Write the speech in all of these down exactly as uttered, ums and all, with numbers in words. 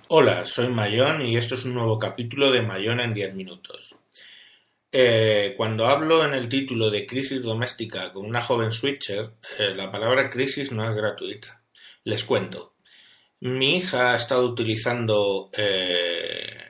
Hola, soy Mayón y esto es un nuevo capítulo de Mayón en diez minutos. Eh, cuando hablo en el título de crisis doméstica con una joven switcher, eh, la palabra crisis no es gratuita. Les cuento. Mi hija ha estado utilizando eh,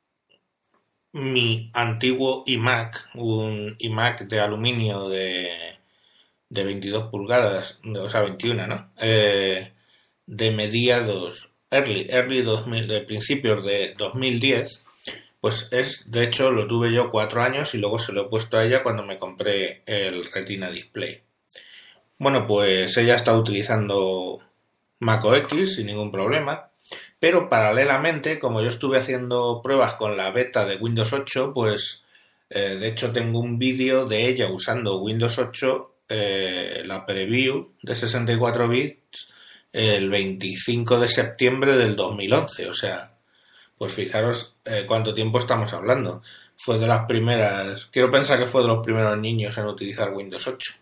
mi antiguo iMac, un iMac de aluminio de, de veintidós pulgadas, o sea, veintiuno, ¿no? Eh, de mediados, early, early dos mil, de principios de dos mil diez. Pues es, de hecho, lo tuve yo cuatro años y luego se lo he puesto a ella cuando me compré el Retina Display. Bueno, pues ella está utilizando macOS sin ningún problema, pero paralelamente, como yo estuve haciendo pruebas con la beta de Windows ocho, pues eh, de hecho tengo un vídeo de ella usando Windows ocho, eh, la preview de sesenta y cuatro bits, el veinticinco de septiembre del dos mil once, o sea, pues fijaros eh, cuánto tiempo estamos hablando. Fue de las primeras, quiero pensar que fue de los primeros niños en utilizar Windows ocho.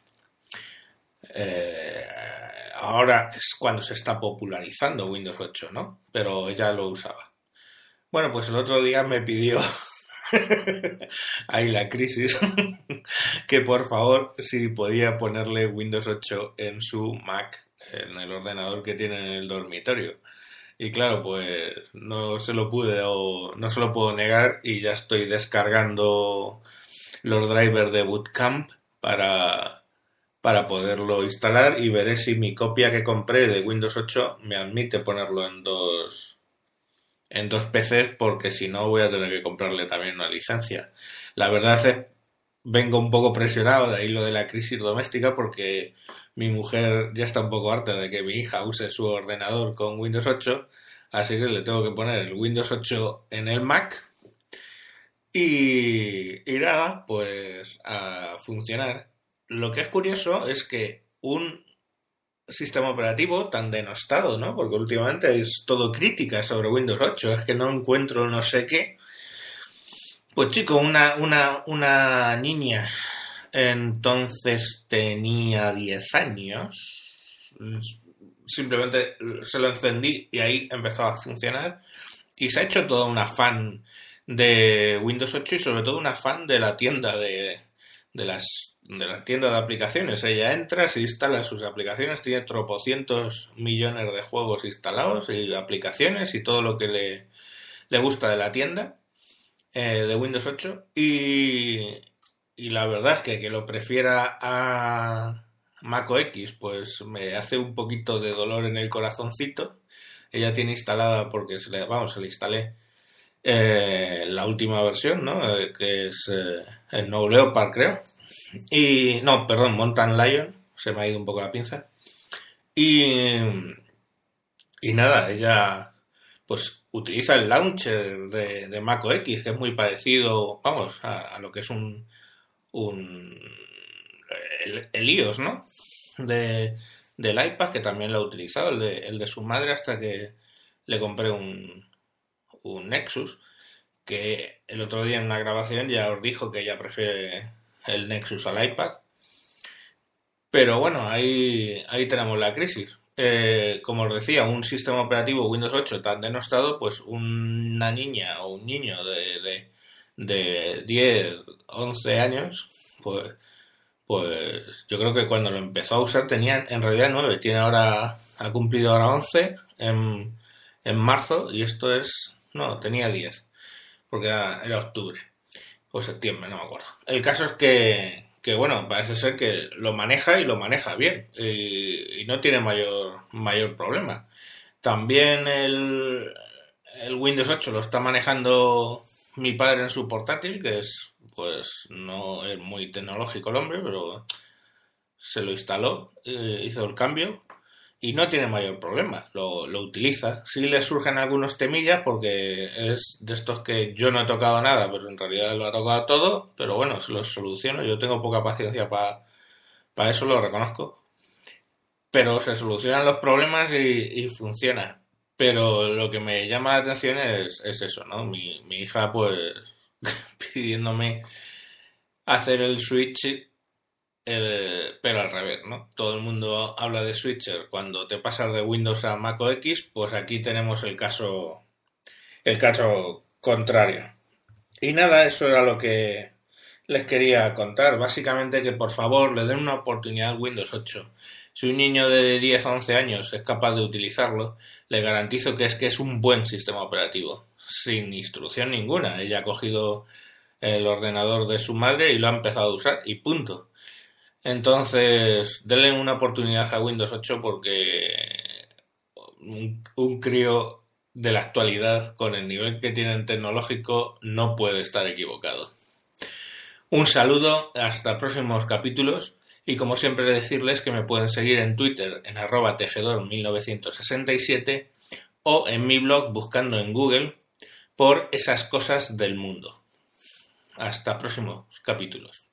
Eh, ahora es cuando se está popularizando Windows ocho, ¿no? Pero ella lo usaba. Bueno, pues el otro día me pidió, ahí la crisis, que por favor si podía ponerle Windows ocho en su Mac, en el ordenador que tiene en el dormitorio. Y claro, pues no se lo pude o no se lo puedo negar y ya estoy descargando los drivers de Bootcamp para, para poderlo instalar y veré si mi copia que compré de Windows ocho me admite ponerlo en dos en dos P Cs, porque si no voy a tener que comprarle también una licencia. La verdad es que vengo un poco presionado, de ahí lo de la crisis doméstica, porque mi mujer ya está un poco harta de que mi hija use su ordenador con Windows ocho, así que le tengo que poner el Windows ocho en el Mac y, y nada, pues a funcionar. Lo que es curioso es que un sistema operativo tan denostado, ¿no? Porque últimamente es todo crítica sobre Windows ocho, es que no encuentro no sé qué. Pues chico, una, una, una niña entonces tenía diez años. Simplemente se lo encendí y ahí empezó a funcionar. Y se ha hecho toda una fan de Windows ocho y sobre todo una fan de la tienda de, de las de la tienda de aplicaciones. Ella entra, se instala sus aplicaciones, tiene tropocientos millones de juegos instalados y aplicaciones y todo lo que le, le gusta de la tienda eh, de Windows ocho y, y la verdad es que que lo prefiera a macOS pues me hace un poquito de dolor en el corazoncito. Ella tiene instalada, porque se le, vamos, se le instalé eh, la última versión, ¿no? Eh, que es eh, el Snow Leopard, creo. Y, no, perdón, Mountain Lion, se me ha ido un poco la pinza. Y, y nada, ella pues utiliza el launcher de, de macOS, que es muy parecido, vamos, a, a lo que es un, un el, el iOS, ¿no? De, del iPad, que también lo ha utilizado, el de, el de su madre, hasta que le compré un, un Nexus, que el otro día en una grabación ya os dijo que ella prefiere el Nexus al iPad. Pero bueno, ahí, ahí tenemos la crisis. Eh, como os decía, un sistema operativo Windows ocho tan denostado, pues una niña o un niño de, de, de diez, once años, pues, pues yo creo que cuando lo empezó a usar tenía en realidad nueve, tiene ahora, ha cumplido ahora once en, en marzo, y esto es, no, tenía diez, porque era, era octubre o septiembre, no me acuerdo. El caso es que, que bueno, parece ser que lo maneja y lo maneja bien y, y no tiene mayor, mayor problema. También el, el Windows ocho lo está manejando mi padre en su portátil, que es, pues, no es muy tecnológico el hombre, pero se lo instaló, eh, hizo el cambio y no tiene mayor problema, lo, lo utiliza. Sí le surgen algunos temillas porque es de estos que yo no he tocado nada, pero en realidad lo ha tocado todo, pero bueno, se los soluciono. Yo tengo poca paciencia para pa eso, lo reconozco. Pero se solucionan los problemas y, y funciona. Pero lo que me llama la atención es, es eso, ¿no? Mi, mi hija pues pidiéndome hacer el switch, eh, pero al revés, ¿no? Todo el mundo habla de switcher cuando te pasas de Windows a macOS, pues aquí tenemos el caso el caso contrario. Y nada, eso era lo que les quería contar. Básicamente que por favor le den una oportunidad al Windows ocho. Si un niño de diez a once años es capaz de utilizarlo, le garantizo que es que es un buen sistema operativo, sin instrucción ninguna. Ella ha cogido el ordenador de su madre y lo ha empezado a usar y punto. Entonces, denle una oportunidad a Windows ocho porque un, un crío de la actualidad, con el nivel que tienen tecnológico, no puede estar equivocado. Un saludo, hasta próximos capítulos, y como siempre decirles que me pueden seguir en Twitter en arroba tejedor mil novecientos sesenta y siete o en mi blog buscando en Google por esas cosas del mundo. Hasta próximos capítulos.